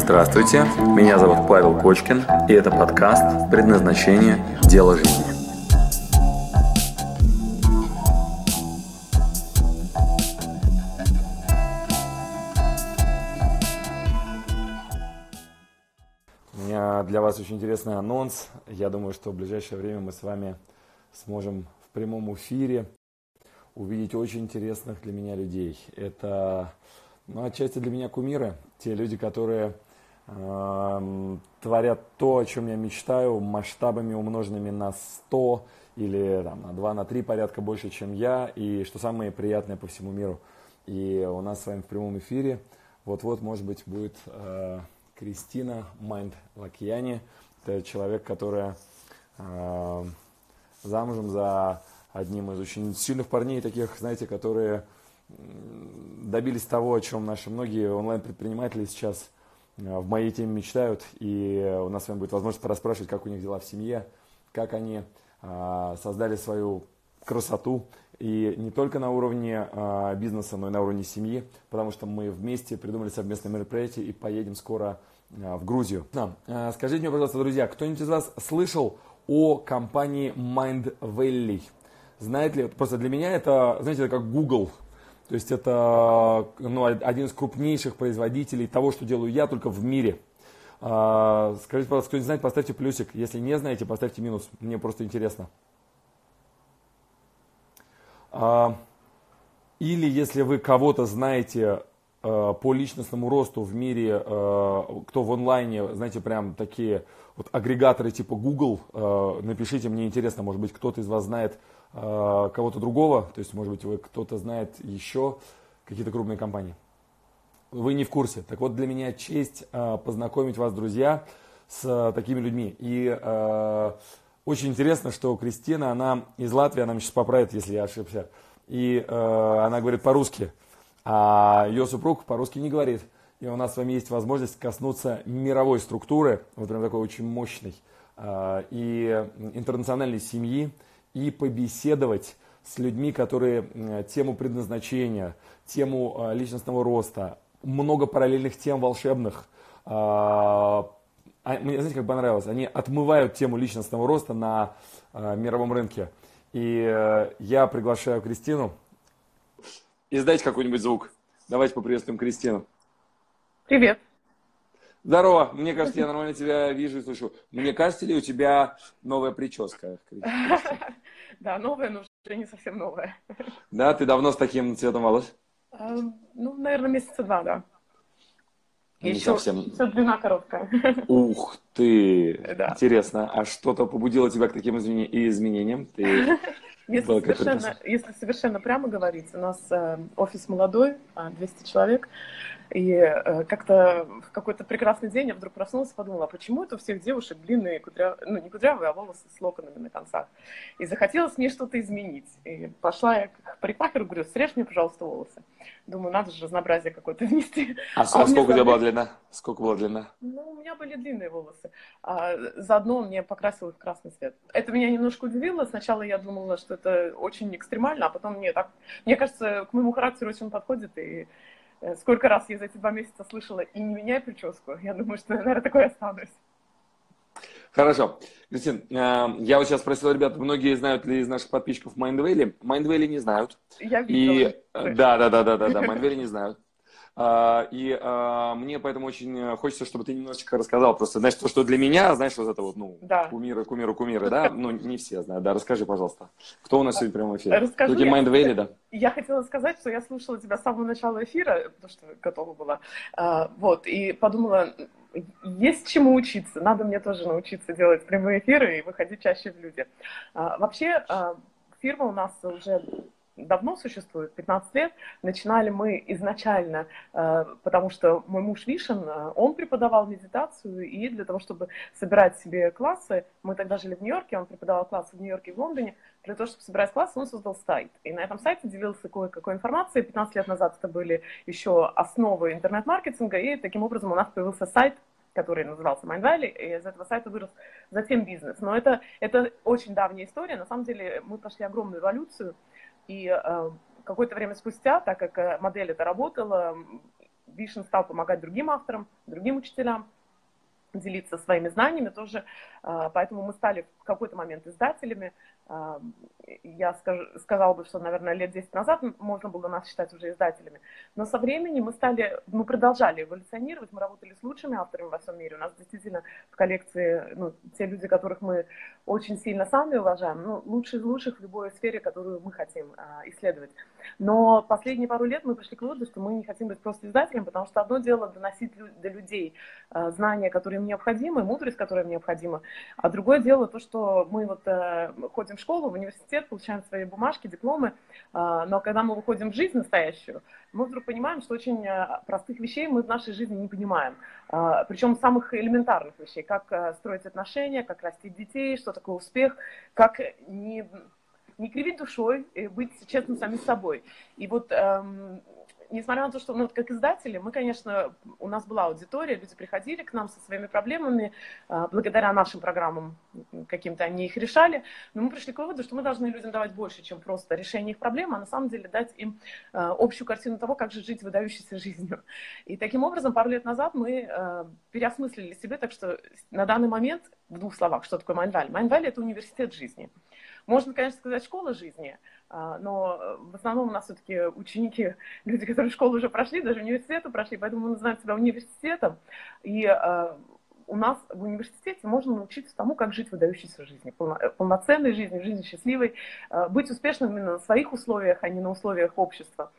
Здравствуйте, меня зовут Павел Кочкин, и это подкаст «Предназначение. Дело жизни». У меня для вас очень интересный анонс. Я думаю, что в ближайшее время мы с вами сможем в прямом эфире увидеть очень интересных для меня людей. Это, отчасти для меня кумиры, те люди, которые творят то, о чем я мечтаю, масштабами умноженными на 100 или на 2, на 3 порядка больше, чем я, и что самое приятное по всему миру. И у нас с вами в прямом эфире вот-вот, может быть, будет Кристина Майнд Лакьяни. Это человек, которая замужем за одним из очень сильных парней, таких, знаете, которые добились того, о чем наши многие онлайн-предприниматели сейчас в моей теме мечтают. И у нас с вами будет возможность порасспрашивать, как у них дела в семье, как они создали свою красоту. И не только на уровне бизнеса, но и на уровне семьи, потому что мы вместе придумали совместное мероприятие и поедем скоро в Грузию. Скажите мне, пожалуйста, друзья, кто-нибудь из вас слышал о компании Mindvalley? Знаете ли, просто для меня это, знаете, это как Google. То есть это один из крупнейших производителей того, что делаю я, только в мире. Скажите, пожалуйста, кто не знает, поставьте плюсик. Если не знаете, поставьте минус. Мне просто интересно. Или если вы кого-то знаете по личностному росту в мире, кто в онлайне, знаете, прям такие вот агрегаторы типа Google, напишите, мне интересно, может быть, кто-то из вас знает кого-то другого, то есть, может быть, кто-то знает еще какие-то крупные компании. Вы не в курсе. Так вот, для меня честь познакомить вас, друзья, с такими людьми. И очень интересно, что Кристина, она из Латвии, она меня сейчас поправит, если я ошибся, и она говорит по-русски, а ее супруг по-русски не говорит. И у нас с вами есть возможность коснуться мировой структуры, вот прям такой очень мощной, и интернациональной семьи, и побеседовать с людьми, которые тему предназначения, тему личностного роста, много параллельных тем волшебных. Мне, знаете, как понравилось? Они отмывают тему личностного роста на мировом рынке. И я приглашаю Кристину. Издайте какой-нибудь звук. Давайте поприветствуем Кристину. Привет. Здорово. Мне кажется, я нормально тебя вижу и слышу. Мне кажется ли, у тебя новая прическа? Да, новая, но уже не совсем новая. Да, ты давно с таким цветом волос? Наверное, месяца 2, да. Не еще совсем. длина короткая. Ух ты! Да. Интересно. А что-то побудило тебя к таким изменениям? Если совершенно прямо говорить, у нас офис молодой, 200 человек. И как-то в какой-то прекрасный день я вдруг проснулась и подумала, а почему это у всех девушек длинные, не кудрявые, а волосы с локонами на концах. И захотелось мне что-то изменить. И пошла я к парикмахеру, говорю, срежь мне, пожалуйста, волосы. Думаю, надо же разнообразие какое-то внести. Сколько у тебя была длина? Сколько была длина? У меня были длинные волосы. Заодно он мне покрасил их в красный цвет. Это меня немножко удивило. Сначала я думала, что это очень экстремально, а потом мне кажется, к моему характеру очень подходит. И сколько раз я за эти 2 месяца слышала «и не меняй прическу», я думаю, что я, наверное, такой останусь. Хорошо. Кристин, я вот сейчас спросил ребят, многие знают ли из наших подписчиков Mindvalley? Mindvalley не знают. Я видела. Да, Mindvalley не знают. И мне поэтому очень хочется, чтобы ты немножечко рассказал. Просто, знаешь, то, что для меня, знаешь, вот это вот, да. кумиры, да? Не все знают. Да, расскажи, пожалуйста. Кто у нас сегодня в прямом эфире? Расскажу. Mindvalley, да? Я хотела сказать, что я слушала тебя с самого начала эфира, потому что готова была. И подумала, есть чему учиться. Надо мне тоже научиться делать прямые эфиры и выходить чаще в люди. Вообще, фирма у нас уже давно существует, 15 лет. Начинали мы изначально, потому что мой муж Вишен, он преподавал медитацию, и для того, чтобы собирать себе классы, мы тогда жили в Нью-Йорке, он преподавал классы в Нью-Йорке и в Лондоне, для того, чтобы собирать классы, он создал сайт. И на этом сайте делился кое-какой информацией. 15 лет назад это были еще основы интернет-маркетинга, и таким образом у нас появился сайт, который назывался Mindvalley, и из этого сайта вырос затем бизнес. Но это очень давняя история. На самом деле мы прошли огромную эволюцию, и какое-то время спустя, так как модель эта работала, Вишен стал помогать другим авторам, другим учителям, делиться своими знаниями тоже, поэтому мы стали в какой-то момент издателями. Я сказала бы, что, наверное, лет 10 назад можно было нас считать уже издателями, но со временем мы продолжали эволюционировать, мы работали с лучшими авторами во всем мире, у нас действительно в коллекции, ну, те люди, которых мы очень сильно сами уважаем, ну, лучшие из лучших в любой сфере, которую мы хотим исследовать. Но последние пару лет мы пришли к выводу, что мы не хотим быть просто издателем, потому что одно дело доносить до людей знания, которые им необходимы, мудрость, которая им необходима, а другое дело то, что мы вот ходим в школу, в университет, получаем свои бумажки, дипломы, но когда мы выходим в жизнь настоящую, мы вдруг понимаем, что очень простых вещей мы в нашей жизни не понимаем, причем самых элементарных вещей, как строить отношения, как растить детей, что такое успех, как не кривить душой, быть честным сами с собой. И вот, несмотря на то, что, ну, как издатели, мы, конечно, у нас была аудитория, люди приходили к нам со своими проблемами, благодаря нашим программам каким-то они их решали, но мы пришли к выводу, что мы должны людям давать больше, чем просто решение их проблем, а на самом деле дать им общую картину того, как же жить выдающейся жизнью. И таким образом, пару лет назад мы переосмыслили себе, так что на данный момент, в двух словах, что такое Mind Valley? Mind Valley — это университет жизни. Можно, конечно, сказать, школа жизни, но в основном у нас все-таки ученики, люди, которые школу уже прошли, даже университеты прошли, поэтому мы называем себя университетом. И у нас в университете можно научиться тому, как жить выдающейся жизнью, полноценной жизнью, жизнью счастливой, быть успешным именно на своих условиях, а не на условиях общества.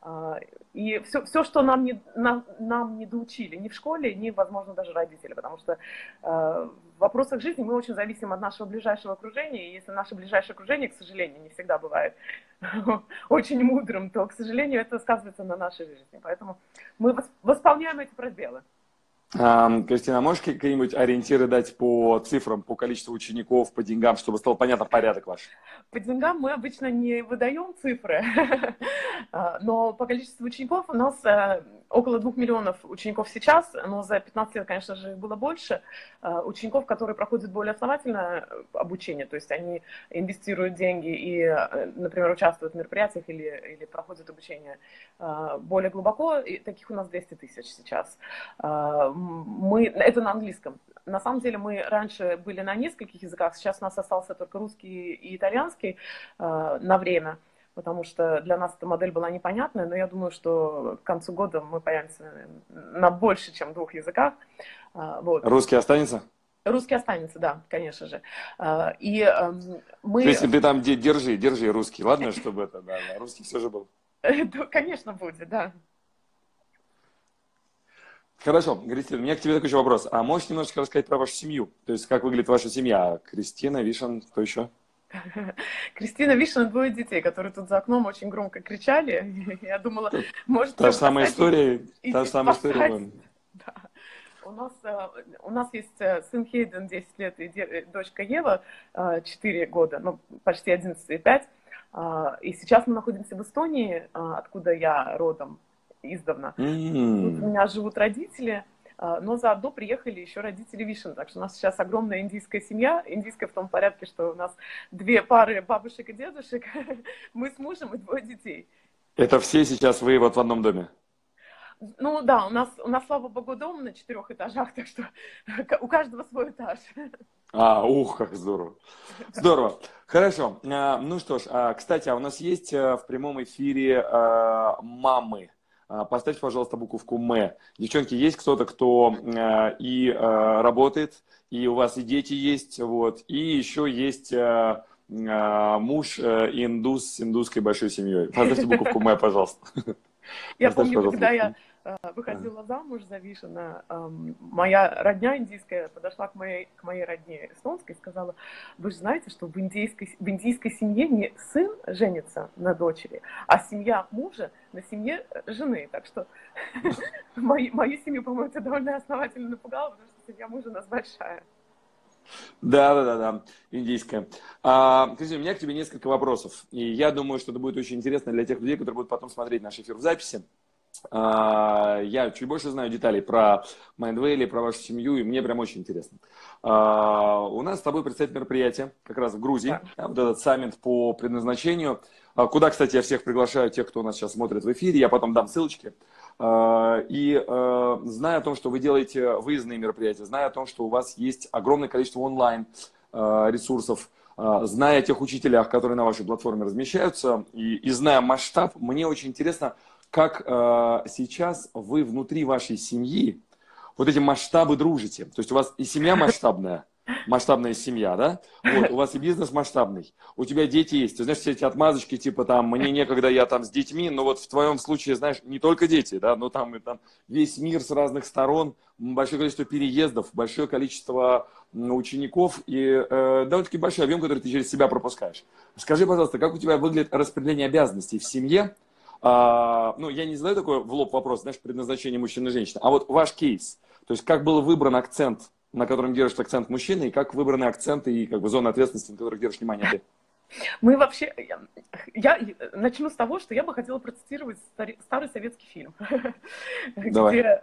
И все, что нам не доучили ни в школе, ни, возможно, даже родители, потому что в вопросах жизни мы очень зависим от нашего ближайшего окружения, и если наше ближайшее окружение, к сожалению, не всегда бывает очень мудрым, то, к сожалению, это сказывается на нашей жизни. Поэтому мы восполняем эти пробелы. Кристина, можешь какие-нибудь ориентиры дать по цифрам, по количеству учеников, по деньгам, чтобы стало понятно порядок ваш? По деньгам мы обычно не выдаем цифры, но по количеству учеников у нас около 2 миллионов учеников сейчас, но за 15 лет, конечно же, было больше учеников, которые проходят более основательное обучение, то есть они инвестируют деньги и, например, участвуют в мероприятиях или проходят обучение более глубоко, и таких у нас 200 тысяч сейчас. Это на английском. На самом деле мы раньше были на нескольких языках, сейчас у нас остался только русский и итальянский на время, потому что для нас эта модель была непонятная, но я думаю, что к концу года мы появимся на больше, чем 2 языках. Вот. Русский останется? Русский останется, да, конечно же. И мы... То есть ты там держи русский, ладно, чтобы это, да, русский все же был. Конечно, будет, да. Хорошо, Кристина, у меня к тебе такой еще вопрос. А можешь немножечко рассказать про вашу семью? То есть, как выглядит ваша семья? Кристина, Вишен, кто еще? Кристина, Вишен и 2 детей, которые тут за окном очень громко кричали. Я думала, может... Та же самая история. Та же самая история. Да. У нас есть сын Хейден, 10 лет, и дочка Ева, 4 года, ну, почти 11 и 5. И сейчас мы находимся в Эстонии, откуда я родом издавна. Тут у меня живут родители, но заодно приехали еще родители Вишен. Так что у нас сейчас огромная индийская семья. Индийская в том порядке, что у нас 2 пары бабушек и дедушек, мы с мужем и 2 детей. Это все сейчас вы вот в одном доме? Ну да, у нас, слава богу, дом на 4 этажах, так что у каждого свой этаж. Как здорово. Здорово. Хорошо. Ну что ж, кстати, у нас есть в прямом эфире мамы. Поставьте, пожалуйста, буковку «М». Девчонки, есть кто-то, кто и работает, и у вас и дети есть, вот, и еще есть муж индус с индусской большой семьей. Поставьте буковку «М», пожалуйста. Я помню, когда я выходила замуж за Вишена, моя родня индийская подошла к моей родне эстонской и сказала: вы же знаете, что в индийской семье не сын женится на дочери, а семья мужа на семье жены. Так что мою семью, по-моему, это довольно основательно напугало, потому что семья мужа у нас большая. Да, индийская. Кристина, у меня к тебе несколько вопросов. И я думаю, что это будет очень интересно для тех людей, которые будут потом смотреть наш эфир в записи. Я чуть больше знаю деталей про Mind Valley, про вашу семью, и мне прям очень интересно. У нас с тобой предстоит мероприятие, как раз в Грузии, да, вот этот саммит по предназначению, куда, кстати, я всех приглашаю, тех, кто у нас сейчас смотрит в эфире, я потом дам ссылочки. И зная о том, что вы делаете выездные мероприятия, зная о том, что у вас есть огромное количество онлайн ресурсов, зная о тех учителях, которые на вашей платформе размещаются, и зная масштаб, мне очень интересно, как сейчас вы внутри вашей семьи вот эти масштабы дружите. То есть у вас и семья масштабная семья, да? Вот, у вас и бизнес масштабный, у тебя дети есть. Ты знаешь, все эти отмазочки, типа там, мне некогда, я там с детьми, но вот в твоем случае, знаешь, не только дети, да, но там, и там весь мир с разных сторон, большое количество переездов, большое количество учеников и довольно-таки большой объем, который ты через себя пропускаешь. Скажи, пожалуйста, как у тебя выглядит распределение обязанностей в семье? Ну, я не задаю такой в лоб вопрос, знаешь, предназначение мужчины и женщины, а вот ваш кейс. То есть, как был выбран акцент, на котором держит акцент мужчины, и как выбраны акценты и как бы зоны ответственности, на которых держишь внимание ты? Мы вообще... Я начну с того, что я бы хотела процитировать старый советский фильм, Давай. где,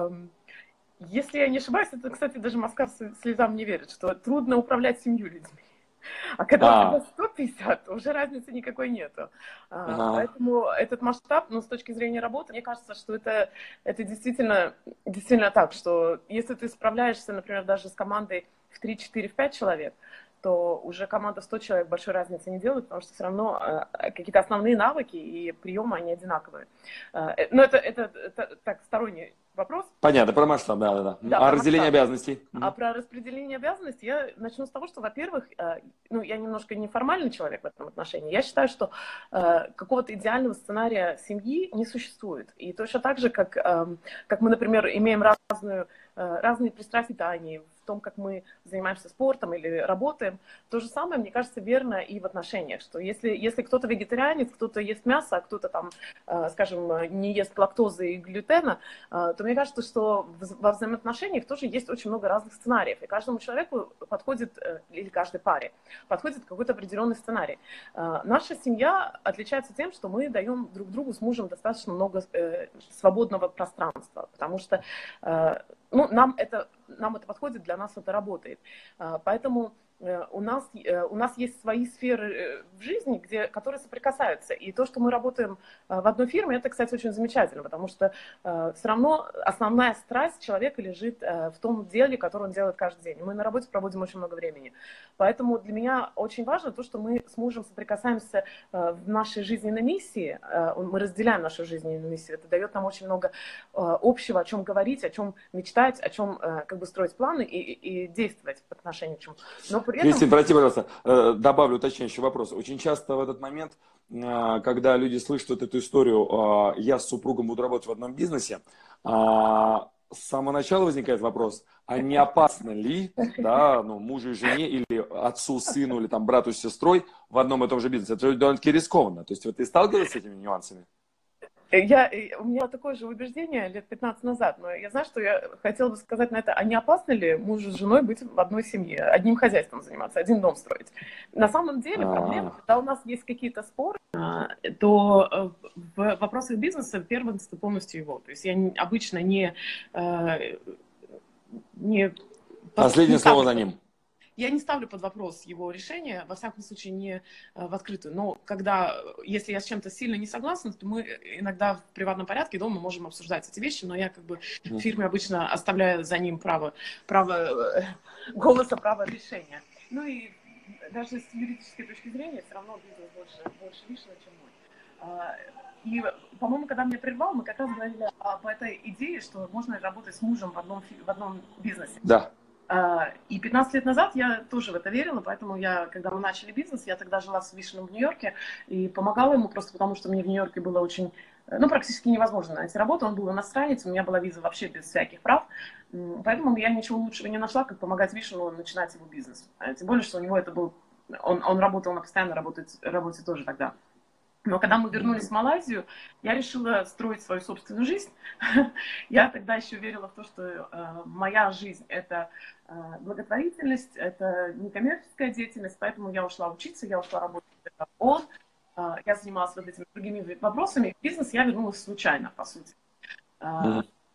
если я не ошибаюсь, это, кстати, даже Москва слезам не верит, что трудно управлять 7 людьми. А когда у тебя 150, уже разницы никакой нету. Поэтому этот масштаб, ну, с точки зрения работы, мне кажется, что это действительно так, что если ты справляешься, например, даже с командой в 3, 4, в 5 человек, то уже команда в 100 человек большой разницы не делает, потому что все равно какие-то основные навыки и приемы, они одинаковые. Но это так, сторонний вопрос. Понятно, про масштаб, да. А разделение обязанностей? А про распределение обязанностей я начну с того, что, во-первых, ну, я немножко неформальный человек в этом отношении. Я считаю, что какого-то идеального сценария семьи не существует. И точно так же, как мы, например, имеем разные пристрастия в питании, в том, как мы занимаемся спортом или работаем, то же самое, мне кажется, верно и в отношениях, что если кто-то вегетарианец, кто-то ест мясо, а кто-то там, скажем, не ест лактозы и глютена, то мне кажется, что во взаимоотношениях тоже есть очень много разных сценариев, и каждому человеку подходит, или каждой паре, подходит какой-то определенный сценарий. Наша семья отличается тем, что мы даем друг другу с мужем достаточно много свободного пространства, потому что ну, нам это подходит, для нас это работает. Поэтому у нас есть свои сферы в жизни, которые соприкасаются. И то, что мы работаем в одной фирме, это, кстати, очень замечательно, потому что все равно основная страсть человека лежит в том деле, которое он делает каждый день. Мы на работе проводим очень много времени. Поэтому для меня очень важно то, что мы с мужем соприкасаемся в нашей жизненной миссии, мы разделяем нашу жизненную миссию. Это дает нам очень много общего, о чем говорить, о чем мечтать, о чем как бы строить планы и действовать по отношению к чему. Но при этом... Кристина, прости, пожалуйста, добавлю уточняющий вопрос. Очень часто в этот момент, когда люди слышат вот эту историю, я с супругом буду работать в одном бизнесе, с самого начала возникает вопрос, а не опасно ли, да, ну, мужу и жене, или отцу, сыну, или там брату с сестрой в одном и том же бизнесе? Это довольно-таки рискованно. То есть вот ты сталкивалась с этими нюансами? У меня такое же убеждение лет 15 назад, но я знаю, что я хотела бы сказать на это, а не опасно ли мужу с женой быть в одной семье, одним хозяйством заниматься, один дом строить? На самом деле проблема, когда у нас есть какие-то споры, то в вопросах бизнеса первенство полностью его. То есть я обычно не Последнее слово за ним. Я не ставлю под вопрос его решение, во всяком случае, не в открытую. Но если я с чем-то сильно не согласна, то мы иногда в приватном порядке дома можем обсуждать эти вещи, но я как бы в фирме обычно оставляю за ним право голоса, право решения. Ну и даже с юридической точки зрения все равно бизнес больше Мишина, чем мой. И, по-моему, когда меня прервал, мы как раз говорили об этой идее, что можно работать с мужем в одном бизнесе. Да. И 15 лет назад я тоже в это верила, поэтому когда мы начали бизнес, я тогда жила с Вишином в Нью-Йорке и помогала ему просто потому, что мне в Нью-Йорке было очень, практически невозможно найти работу. Он был иностранец, у меня была виза вообще без всяких прав, поэтому я ничего лучшего не нашла, как помогать Вишину начинать его бизнес. Тем более, что у него это был, он работал на постоянной работе тоже тогда. Но когда мы вернулись в Малайзию, я решила строить свою собственную жизнь. Я тогда еще верила в то, что моя жизнь – это благотворительность, это некоммерческая деятельность, поэтому я ушла учиться, я ушла работать в ООН, я занималась вот этими другими вопросами. В бизнес я вернулась случайно, по сути.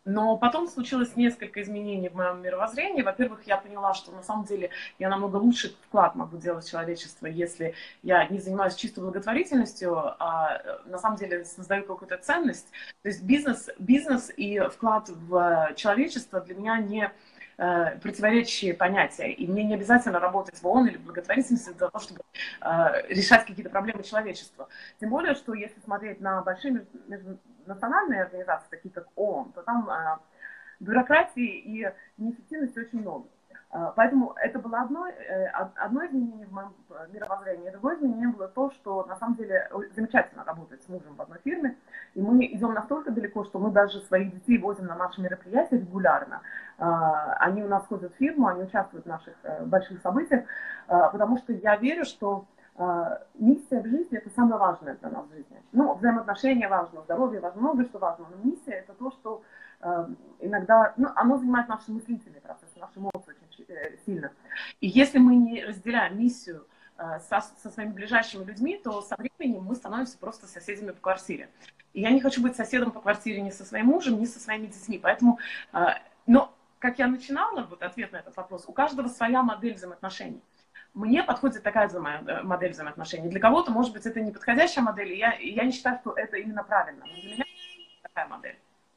Но потом случилось несколько изменений в моем мировоззрении. Во-первых, я поняла, что на самом деле я намного лучше вклад могу делать в человечество, если я не занимаюсь чистой благотворительностью, а на самом деле создаю какую-то ценность. То есть бизнес и вклад в человечество для меня не противоречащие понятия. И мне не обязательно работать в ООН или в благотворительности для того, чтобы решать какие-то проблемы человечества. Тем более, что если смотреть на большие межнациональные организации, такие как ООН, то там бюрократии и неэффективности очень много. Поэтому это было одно изменение в моем мировоззрении. Другое изменение было то, что на самом деле замечательно работать с мужем в одной фирме. И мы идем настолько далеко, что мы даже своих детей возим на наши мероприятия регулярно. Они у нас ходят в фирму, они участвуют в наших больших событиях, потому что я верю, что миссия в жизни – это самое важное для нас в жизни. Ну, взаимоотношения важно, здоровье важно, много что важно, но миссия – это то, что иногда, ну, оно занимает наш мыслительный процесс, наши эмоции очень сильно. И если мы не разделяем миссию со своими ближайшими людьми, то со временем мы становимся просто соседями по квартире. И я не хочу быть соседом по квартире ни со своим мужем, ни со своими детьми. Поэтому, но как я начинала, вот ответ на этот вопрос, у каждого своя модель взаимоотношений. Мне подходит такая модель взаимоотношений. Для кого-то, может быть, это не подходящая модель, и я не считаю, что это именно правильно. Но для меня такая модель.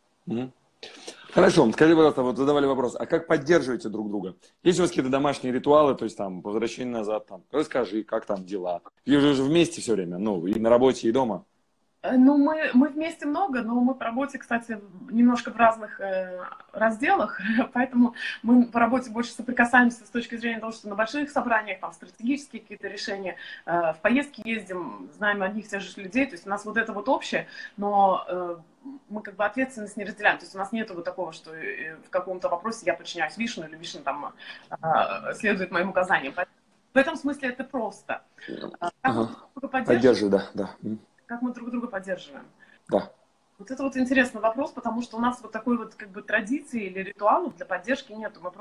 Хорошо, скажи, пожалуйста, вот задавали вопрос, а как поддерживаете друг друга? Есть у вас какие-то домашние ритуалы, то есть там возвращение назад, там, расскажи, как там дела? Вы же вместе все время, ну, и на работе, и дома. Ну, мы вместе много, но мы по работе, кстати, немножко в разных разделах, поэтому мы по работе больше соприкасаемся с точки зрения того, что на больших собраниях, там, стратегические какие-то решения, в поездки ездим, знаем одних и тех же людей, то есть у нас вот это вот общее, но мы как бы ответственность не разделяем, то есть у нас нет вот такого, что в каком-то вопросе я подчиняюсь Вишну, или Вишна там следует моим указаниям. В этом смысле это просто. Поддерживаю, да. Как мы друг друга поддерживаем? Да. Вот это вот интересный вопрос, потому что у нас вот такой вот как бы традиции или ритуалов для поддержки нету. Мы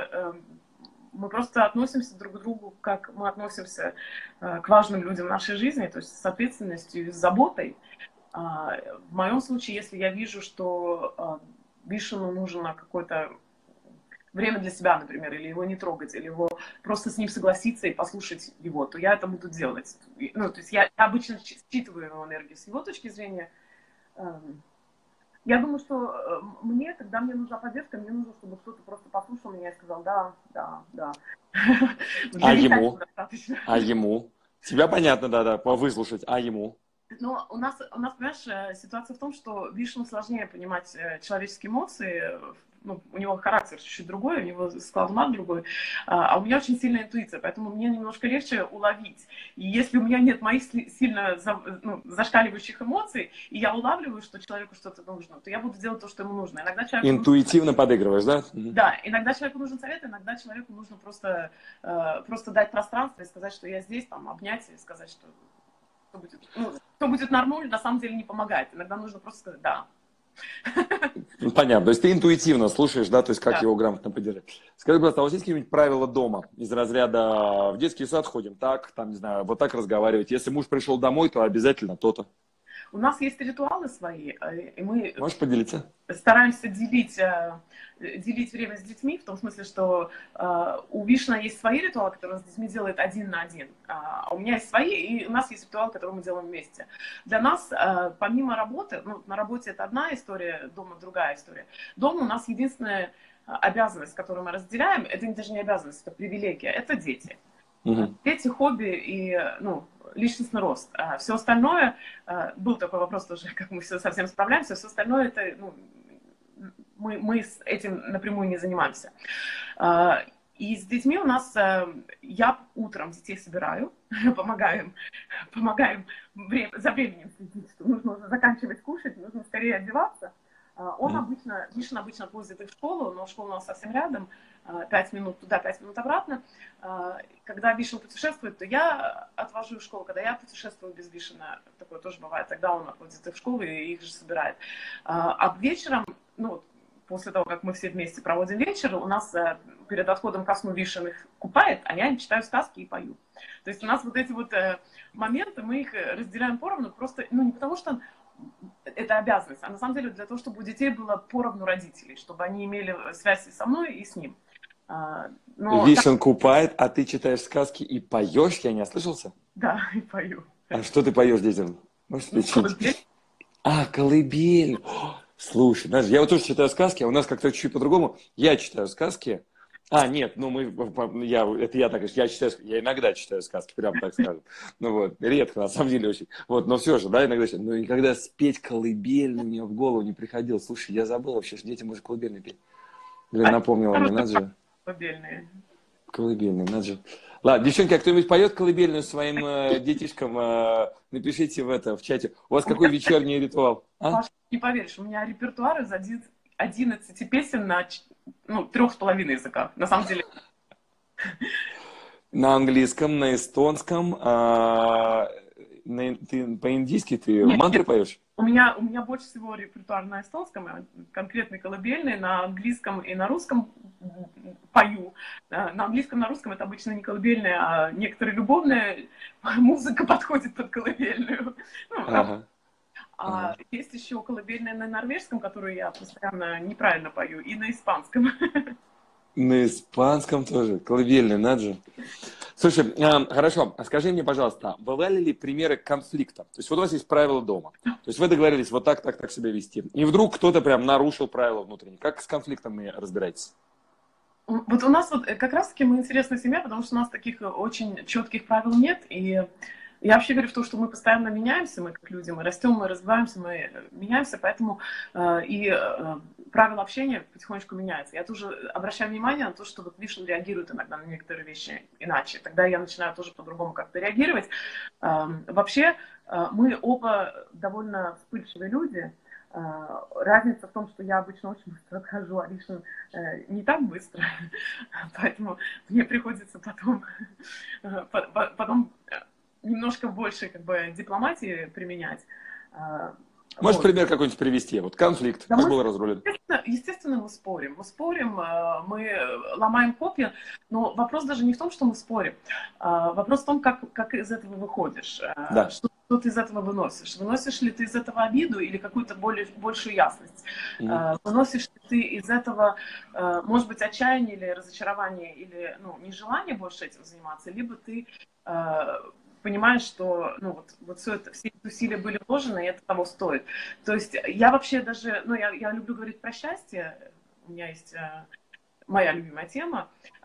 просто относимся друг к другу, как мы относимся к важным людям в нашей жизни, то есть с ответственностью и с заботой. В моем случае, если я вижу, что Вишну нужно какое-то время для себя, например, или его не трогать, или его просто с ним согласиться и послушать его, то я это буду делать. Ну, то есть я обычно считываю его энергию с его точки зрения. Я думаю, что мне, когда мне нужна поддержка, мне нужно, чтобы кто-то просто послушал меня и сказал да. А ему? А ему? Тебя понятно, да, выслушать, а ему? Но у нас, понимаешь, ситуация в том, что Вишну сложнее понимать человеческие эмоции. Ну, у него характер чуть-чуть другой, у него склад ума другой, а у меня очень сильная интуиция, поэтому мне немножко легче уловить. И если у меня нет моих сильно зашкаливающих эмоций, и я улавливаю, что человеку что-то нужно, то я буду делать то, что ему нужно. Иногда человеку интуитивно подыгрываешь, да? Да, иногда человеку нужен совет, иногда человеку нужно просто дать пространство и сказать, что я здесь, там, обнять и сказать, что будет нормально, на самом деле не помогает. Иногда нужно просто сказать «да». Понятно, то есть ты интуитивно слушаешь, да, то есть как его грамотно поддержать. Скажи, пожалуйста, а у вас есть какие-нибудь правила дома из разряда в детский сад ходим так, там, не знаю, вот так разговаривать, если муж пришел домой, то обязательно то-то? У нас есть ритуалы свои, и мы Можешь поделиться? Стараемся делить время с детьми, в том смысле, что у Вишна есть свои ритуалы, которые он с детьми делает один на один, а у меня есть свои, и у нас есть ритуалы, которые мы делаем вместе. Для нас, помимо работы, ну, на работе это одна история, дома другая история. Дома у нас единственная обязанность, которую мы разделяем, это даже не обязанность, это привилегия, это дети. Дети, хобби и, ну, личностный рост. Все остальное, был такой вопрос тоже, как мы все совсем справляемся, все остальное это, ну, мы с этим напрямую не занимаемся. И с детьми у нас, я утром детей собираю, помогаем за временем следить, что нужно уже заканчивать кушать, нужно скорее одеваться. Вишен обычно отвозит их в школу, но школа у нас совсем рядом, 5 минут туда, 5 минут обратно. Когда Вишен путешествует, то я отвожу их в школу. Когда я путешествую без Вишена, такое тоже бывает, тогда он отводит их в школу и их же собирает. А вечером, ну, после того, как мы все вместе проводим вечер, у нас перед отходом ко сну Вишен их купает, а я им читаю сказки и пою. То есть у нас вот эти вот моменты, мы их разделяем поровну, просто, ну, не потому что это обязанность. А на самом деле для того, чтобы у детей было поровну родителей, чтобы они имели связь и со мной, и с ним. Но, Вишен купает, а ты читаешь сказки и поешь, я не ослышался? да, и пою. А что ты поешь детям? Можешь Ну, включить? А, колыбель. Слушай, знаешь, я вот тоже читаю сказки, а у нас как-то чуть по-другому. Я читаю сказки. А, нет, ну это я так, я иногда читаю сказки, прям так скажем. Ну вот, редко, на самом деле очень. Вот, но все же, да, иногда читаю. Ну и когда спеть колыбельную мне в голову не приходило. Слушай, я забыл вообще, что детям уже колыбельную петь. Блин, напомнила мне, надо же. Колыбельные. Колыбельную, надо же. Ладно, девчонки, а кто-нибудь поет колыбельную своим детишкам? Напишите в чате. У вас какой вечерний ритуал? А? Паша, не поверишь, у меня репертуар из 11 песен на 3,5 языках. На самом деле. На английском, на эстонском, ты по-индийски ты мантры поешь? У меня больше всего репертуар на эстонском, конкретный колыбельный, на английском и на русском пою. На английском, на русском это обычно не колыбельная, а некоторая любовная музыка подходит под колыбельную. Есть еще колыбельная на норвежском, которую я постоянно неправильно пою, и на испанском. На испанском тоже, колыбельная, надо же. Слушай, хорошо, скажи мне, пожалуйста, бывали ли примеры конфликта? То есть вот у вас есть правила дома, то есть вы договорились вот так себя вести, и вдруг кто-то прям нарушил правила внутренние. Как с конфликтом разбираетесь? Вот у нас вот как раз-таки мы интересная семья, потому что у нас таких очень четких правил нет, и я вообще верю в то, что мы постоянно меняемся, мы как люди, мы растем, мы развиваемся, мы меняемся, поэтому правила общения потихонечку меняются. Я тоже обращаю внимание на то, что вот Вишен реагирует иногда на некоторые вещи иначе. Тогда я начинаю тоже по-другому как-то реагировать. Вообще, мы оба довольно вспыльчивые люди. Разница в том, что я обычно очень быстро отхожу, а Вишен не так быстро. Поэтому мне приходится потом немножко больше как бы дипломатии применять. Можешь пример какой-нибудь привести? Вот конфликт, да, как был разрулен? Естественно, мы спорим, мы ломаем копья, но вопрос даже не в том, что мы спорим. Вопрос в том, как из этого выходишь, да. что ты из этого выносишь. Выносишь ли ты из этого обиду или какую-то большую ясность? Выносишь ли ты из этого, может быть, отчаяние или разочарование, или нежелание больше этим заниматься, либо ты понимаешь, что вот все эти усилия были вложены, и это того стоит. То есть я вообще даже, я люблю говорить про счастье, у меня есть моя любимая тема,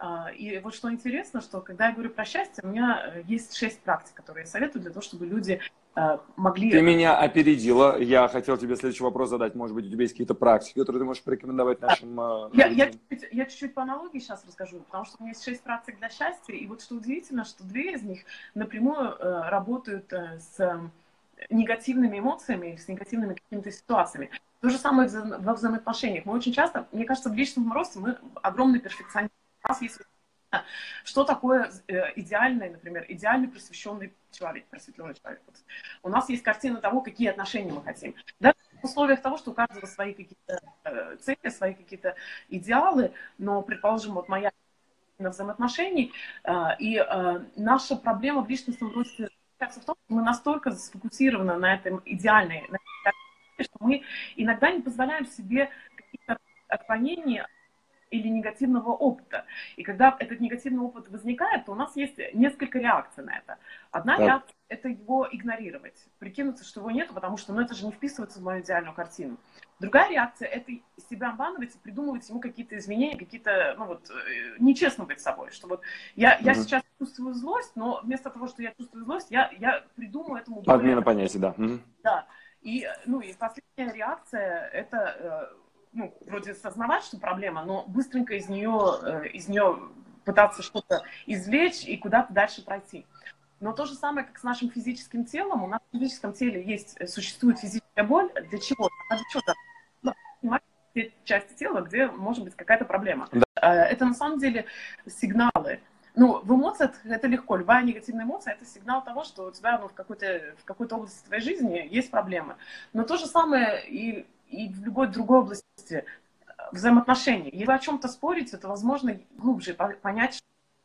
и вот что интересно, что когда я говорю про счастье, у меня есть 6 практик, которые я советую для того, чтобы люди могли... Ты меня опередила, я хотел тебе следующий вопрос задать, может быть, у тебя есть какие-то практики, которые ты можешь порекомендовать нашим... Я чуть-чуть по аналогии сейчас расскажу, потому что у меня есть 6 практик для счастья, и вот что удивительно, что 2 из них напрямую работают с негативными эмоциями или с негативными какими-то ситуациями. То же самое во взаимоотношениях. Мы очень часто, мне кажется, в личном росте мы огромный перфекционист. У нас есть что такое идеальный, например, идеальный просвещенный человек, просветленный человек. Вот. У нас есть картина того, какие отношения мы хотим. Даже в условиях того, что у каждого свои какие-то цели, свои какие-то идеалы, но, предположим, вот моя взаимоотношений, и наша проблема в личностном росте заключается в том, что мы настолько сфокусированы на этом идеальной, что мы иногда не позволяем себе какие-то отклонения или негативного опыта. И когда этот негативный опыт возникает, то у нас есть несколько реакций на это. Одна реакция – это его игнорировать, прикинуться, что его нету, потому что это же не вписывается в мою идеальную картину. Другая реакция – это себя обманывать и придумывать ему какие-то изменения, какие-то, нечестно быть собой. Что вот я сейчас чувствую злость, но вместо того, что я чувствую злость, я придумаю этому... Подмена понятий, да. Да. И последняя реакция – это... вроде осознавать, что проблема, но быстренько из нее пытаться что-то извлечь и куда-то дальше пройти. Но то же самое, как с нашим физическим телом. У нас в физическом теле существует физическая боль. Для чего? Для чего-то. Те части тела, где может быть какая-то проблема. Да. Это на самом деле сигналы. В эмоциях это легко. Любая негативная эмоция – это сигнал того, что у тебя в какой-то области твоей жизни есть проблемы. Но то же самое и в любой другой области взаимоотношений. Если вы о чем-то спорите, то возможно глубже понять,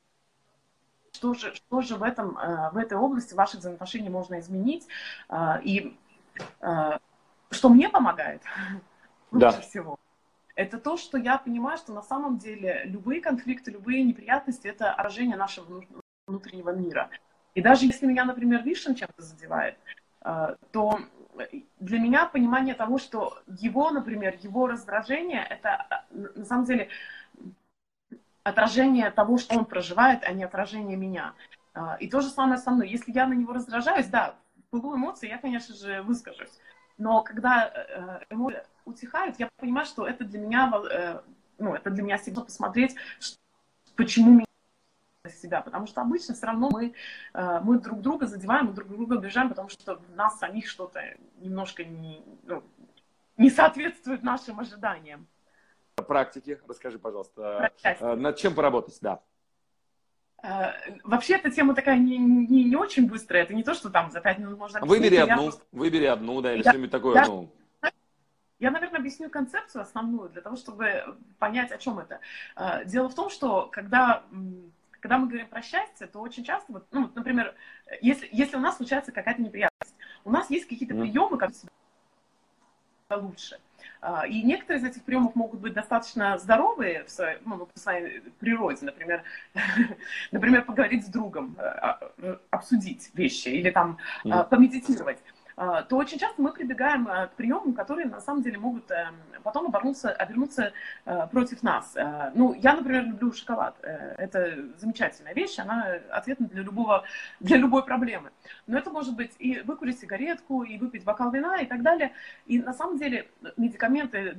что же в этой области ваших взаимоотношений можно изменить. И что мне помогает Да. лучше всего, это то, что я понимаю, что на самом деле любые конфликты, любые неприятности – это отражение нашего внутреннего мира. И даже если меня, например, Вишен чем-то задевает, то для меня понимание того, что его, например, его раздражение – это на самом деле отражение того, что он проживает, а не отражение меня. И то же самое со мной. Если я на него раздражаюсь, да, в пылу эмоций я, конечно же, выскажусь. Но когда эмоции утихают, я понимаю, что это для меня, это для меня сигнал посмотреть, почему меня себя. Потому что обычно все равно мы друг друга задеваем, мы друг друга обижаем, потому что в нас самих что-то немножко не соответствует нашим ожиданиям. Практики, расскажи, пожалуйста, над чем поработать, да. Вообще эта тема такая не очень быстрая, это не то, что там за 5 минут можно объяснить. Выбери одну, да, или что-нибудь такое, Я, наверное, объясню концепцию основную, для того, чтобы понять, о чем это. Дело в том, что когда мы говорим про счастье, то очень часто, например, если у нас случается какая-то неприятность, у нас есть какие-то приемы, как себя лучше. И некоторые из этих приемов могут быть достаточно здоровые по своей природе, например, поговорить с другом, обсудить вещи или там помедитировать. То очень часто мы прибегаем к приемам, которые на самом деле могут потом обернуться против нас. Я, например, люблю шоколад. Это замечательная вещь, она ответна для любой проблемы. Но это может быть и выкурить сигаретку, и выпить бокал вина и так далее. И на самом деле медикаменты,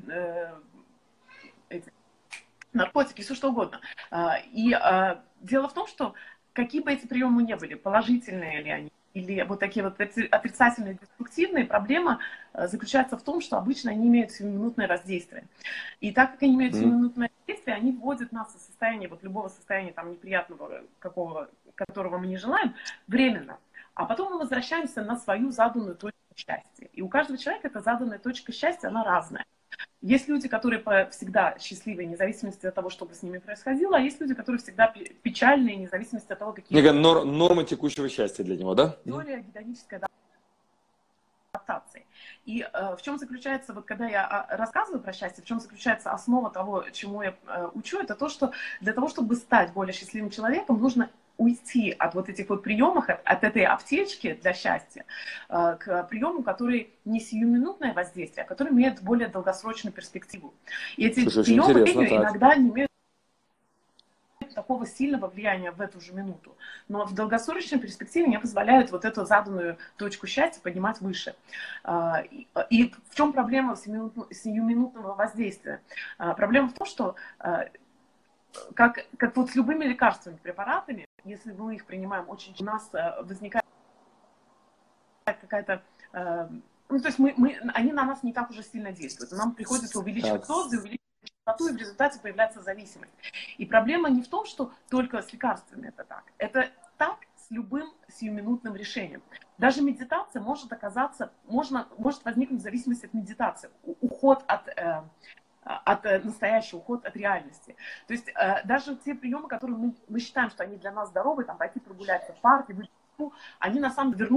наркотики, все что угодно. И дело в том, что какие бы эти приемы ни были, положительные ли они, или вот такие вот отрицательные, деструктивные, проблема заключается в том, что обычно они имеют сиюминутное воздействие. И так как они имеют сиюминутное воздействие, они вводят нас в состояние, любого состояния там неприятного, которого мы не желаем, временно. А потом мы возвращаемся на свою заданную точку счастья. И у каждого человека эта заданная точка счастья, она разная. Есть люди, которые всегда счастливые, вне зависимости от того, что бы с ними происходило, а есть люди, которые всегда печальные, вне зависимости от того, какие... Норма текущего счастья для него, да? Теория гедонической адаптации. И в чем заключается, когда я рассказываю про счастье, в чем заключается основа того, чему я учу, это то, что для того, чтобы стать более счастливым человеком, нужно уйти от вот этих вот приемов, от этой аптечки для счастья, к приему, который не сиюминутное воздействие, а который имеет более долгосрочную перспективу. И эти приемы иногда не имеют такого сильного влияния в эту же минуту. Но в долгосрочной перспективе мне позволяют вот эту заданную точку счастья поднимать выше. И в чем проблема сиюминутного воздействия? Проблема в том, что как вот с любыми лекарственными препаратами, если мы их принимаем очень, у нас возникает какая-то... то есть они на нас не так уже сильно действуют. Нам приходится увеличивать дозы, увеличивать частоту, и в результате появляется зависимость. И проблема не в том, что только с лекарствами это так. Это так с любым сиюминутным решением. Даже медитация может возникнуть в зависимости от медитации. Уход от настоящего, уход от реальности. То есть даже те приемы, которые мы считаем, что они для нас здоровы, там пойти прогуляться в парке, они на самом деле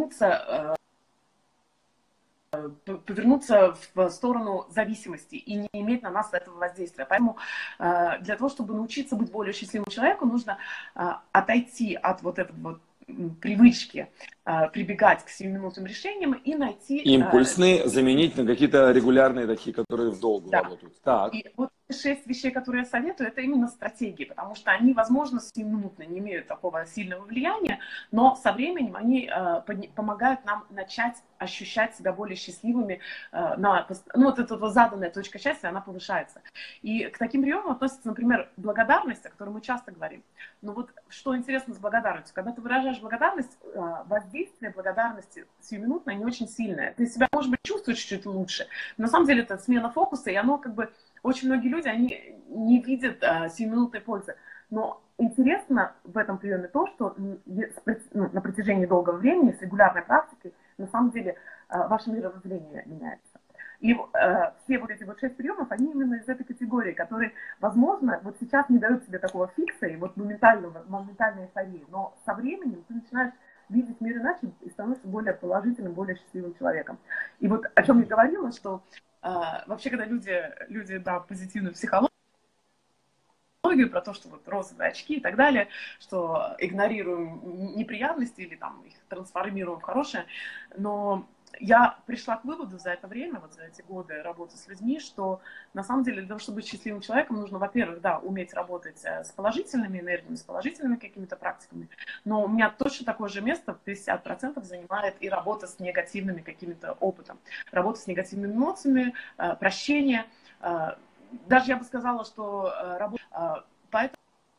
повернуться в сторону зависимости и не иметь на нас этого воздействия. Поэтому для того, чтобы научиться быть более счастливым человеком, нужно отойти от вот этой вот привычки прибегать к сиюминутным решениям и найти... Импульсные заменить на какие-то регулярные такие, которые в долгу работают. Так. И вот 6 вещей, которые я советую, это именно стратегии, потому что они, возможно, сиюминутно не имеют такого сильного влияния, но со временем они помогают нам начать ощущать себя более счастливыми. Вот эта вот заданная точка счастья, она повышается. И к таким приемам относится, например, благодарность, о которой мы часто говорим. Но вот что интересно с благодарностью, когда ты выражаешь благодарность, воздействие благодарности сиюминутное не очень сильное. Ты себя, может быть, чувствуешь чуть лучше. Но на самом деле это смена фокуса, и оно очень многие люди, они не видят сиюминутной пользы. Но интересно в этом приеме то, что на протяжении долгого времени с регулярной практикой на самом деле ваше мировоззрение меняется. И все вот эти вот 6 приемов, они именно из этой категории, которые, возможно, вот сейчас не дают тебе такого фикса и вот моментальной эйфории, но со временем ты начинаешь видеть мир иначе, становишься более положительным, более счастливым человеком. И вот о чем я говорила, что вообще, когда люди да, позитивную психологию, про то, что вот розовые очки и так далее, что игнорируем неприятности или там их трансформируем в хорошее, но я пришла к выводу за это время, вот за эти годы работы с людьми, что на самом деле для того, чтобы быть счастливым человеком, нужно, во-первых, да, уметь работать с положительными энергиями, с положительными какими-то практиками, но у меня точно такое же место, 50% занимает и работа с негативными какими-то опытом, работа с негативными эмоциями, прощение. Даже я бы сказала, что поэтому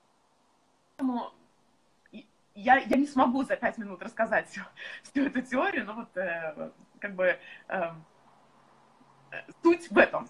я не смогу за 5 минут рассказать всю эту теорию, но вот как бы суть в этом.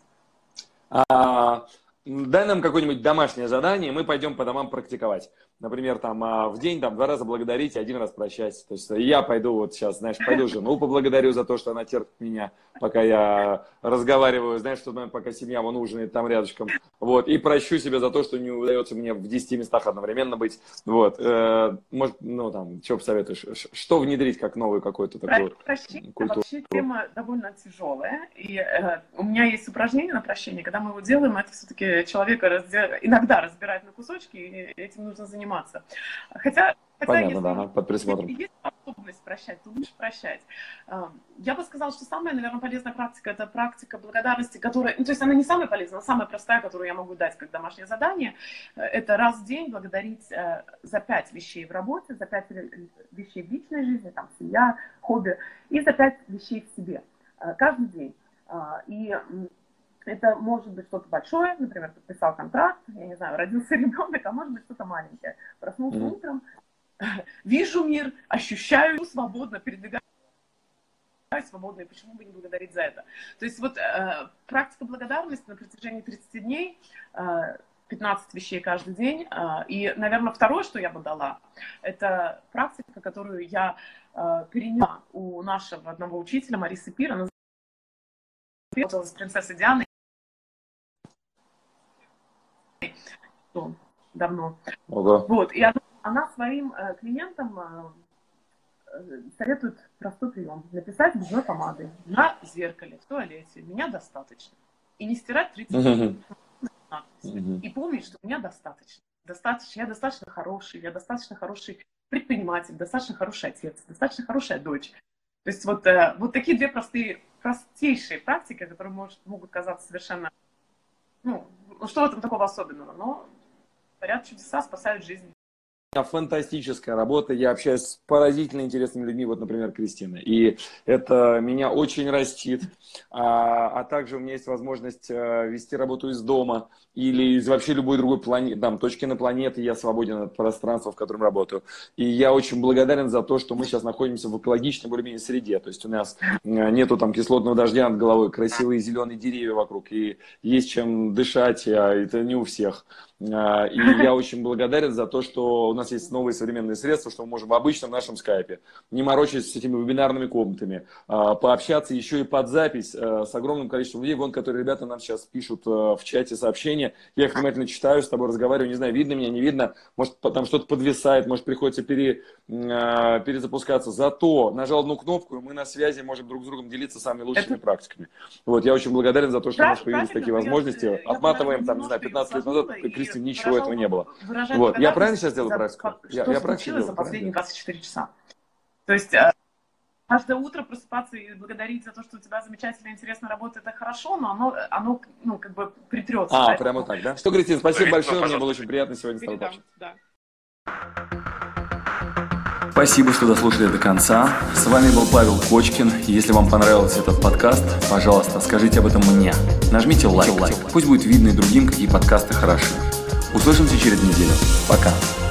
Дай нам какое-нибудь домашнее задание, мы пойдем по домам практиковать. Например, там в день 2 раза благодарить, 1 раз прощать. То есть я пойду вот сейчас, знаешь, пойду жену поблагодарю за то, что она терпит меня, пока я разговариваю, знаешь, что пока семья вон ужинает там рядышком. Вот, и прощу себя за то, что не удается мне в 10 местах одновременно быть. Вот, может, ну там, что посоветуешь? Что внедрить как новую какую-то такую прощение культуру? Вообще тема довольно тяжелая. И у меня есть упражнение на прощение. Когда мы его делаем, это все-таки человека иногда разбирает на кусочки, и этим нужно заниматься. Хотя Понятно, если да, под присмотром. есть способность прощать, то лучше прощать. Я бы сказала, что самая, наверное, полезная практика – это практика благодарности, которая, ну, то есть она не самая полезная, она самая простая, которую я могу дать как домашнее задание. Это раз в день благодарить за 5 вещей в работе, за 5 вещей в личной жизни, там, семья, хобби, и за 5 вещей в себе. Каждый день. И это может быть что-то большое, например, подписал контракт, я не знаю, родился ребенок, а может быть что-то маленькое. Проснулся утром, вижу мир, ощущаю свободно, передвигаюсь свободно, и почему бы не благодарить за это? То есть вот практика благодарности на протяжении 30 дней, 15 вещей каждый день. И, наверное, второе, что я бы дала, это практика, которую я переняла у нашего одного учителя, Марисы Пир, она работала с принцессой Дианой давно. Ого. Вот, и она своим клиентам советует простой прием. Написать губной помадой на зеркале в туалете «Меня достаточно». И не стирать 30 минут. И помнить, что меня достаточно. Я достаточно хороший предприниматель, достаточно хороший отец, достаточно хорошая дочь. То есть вот такие 2 простейшие практики, которые могут казаться совершенно, ну, что в этом такого особенного, но творят чудеса, спасают жизнь. Фантастическая работа. Я общаюсь с поразительно интересными людьми, вот, например, Кристина. И это меня очень растит. А также у меня есть возможность вести работу из дома или из вообще любой другой планеты, там, точки на планете. Я свободен от пространства, в котором работаю. И я очень благодарен за то, что мы сейчас находимся в экологичной более-менее среде. То есть у нас нету там кислотного дождя над головой, красивые зеленые деревья вокруг. И есть чем дышать, а это не у всех. И я очень благодарен за то, что у нас есть новые современные средства, что мы можем в обычном нашем скайпе, не морочаясь с этими вебинарными комнатами, пообщаться еще и под запись с огромным количеством людей, вон, которые ребята нам сейчас пишут в чате сообщения. Я их внимательно читаю, с тобой разговариваю, не знаю, видно меня, не видно, может там что-то подвисает, может приходится перезапускаться. Зато нажал одну кнопку, и мы на связи можем друг с другом делиться самыми лучшими практиками. Вот, я очень благодарен за то, что у нас появились такие возможности. Отматываем, там, не знаю, 15 лет назад, Кристина, ничего этого не было. Вот. Я правильно сейчас делаю практику? Что случилось за последние 24 часа? То есть каждое утро просыпаться и благодарить за то, что у тебя замечательная, интересная работа, это хорошо, но оно ну, как бы притрется. Прямо так, да? Что, Кристина, спасибо большое, мне было очень приятно сегодня с тобой пообщаться. Спасибо, что дослушали до конца. С вами был Павел Кочкин. Если вам понравился этот подкаст, пожалуйста, скажите об этом мне. Нажмите лайк. Пусть будет видно и другим, какие подкасты хороши. Услышимся через неделю. Пока.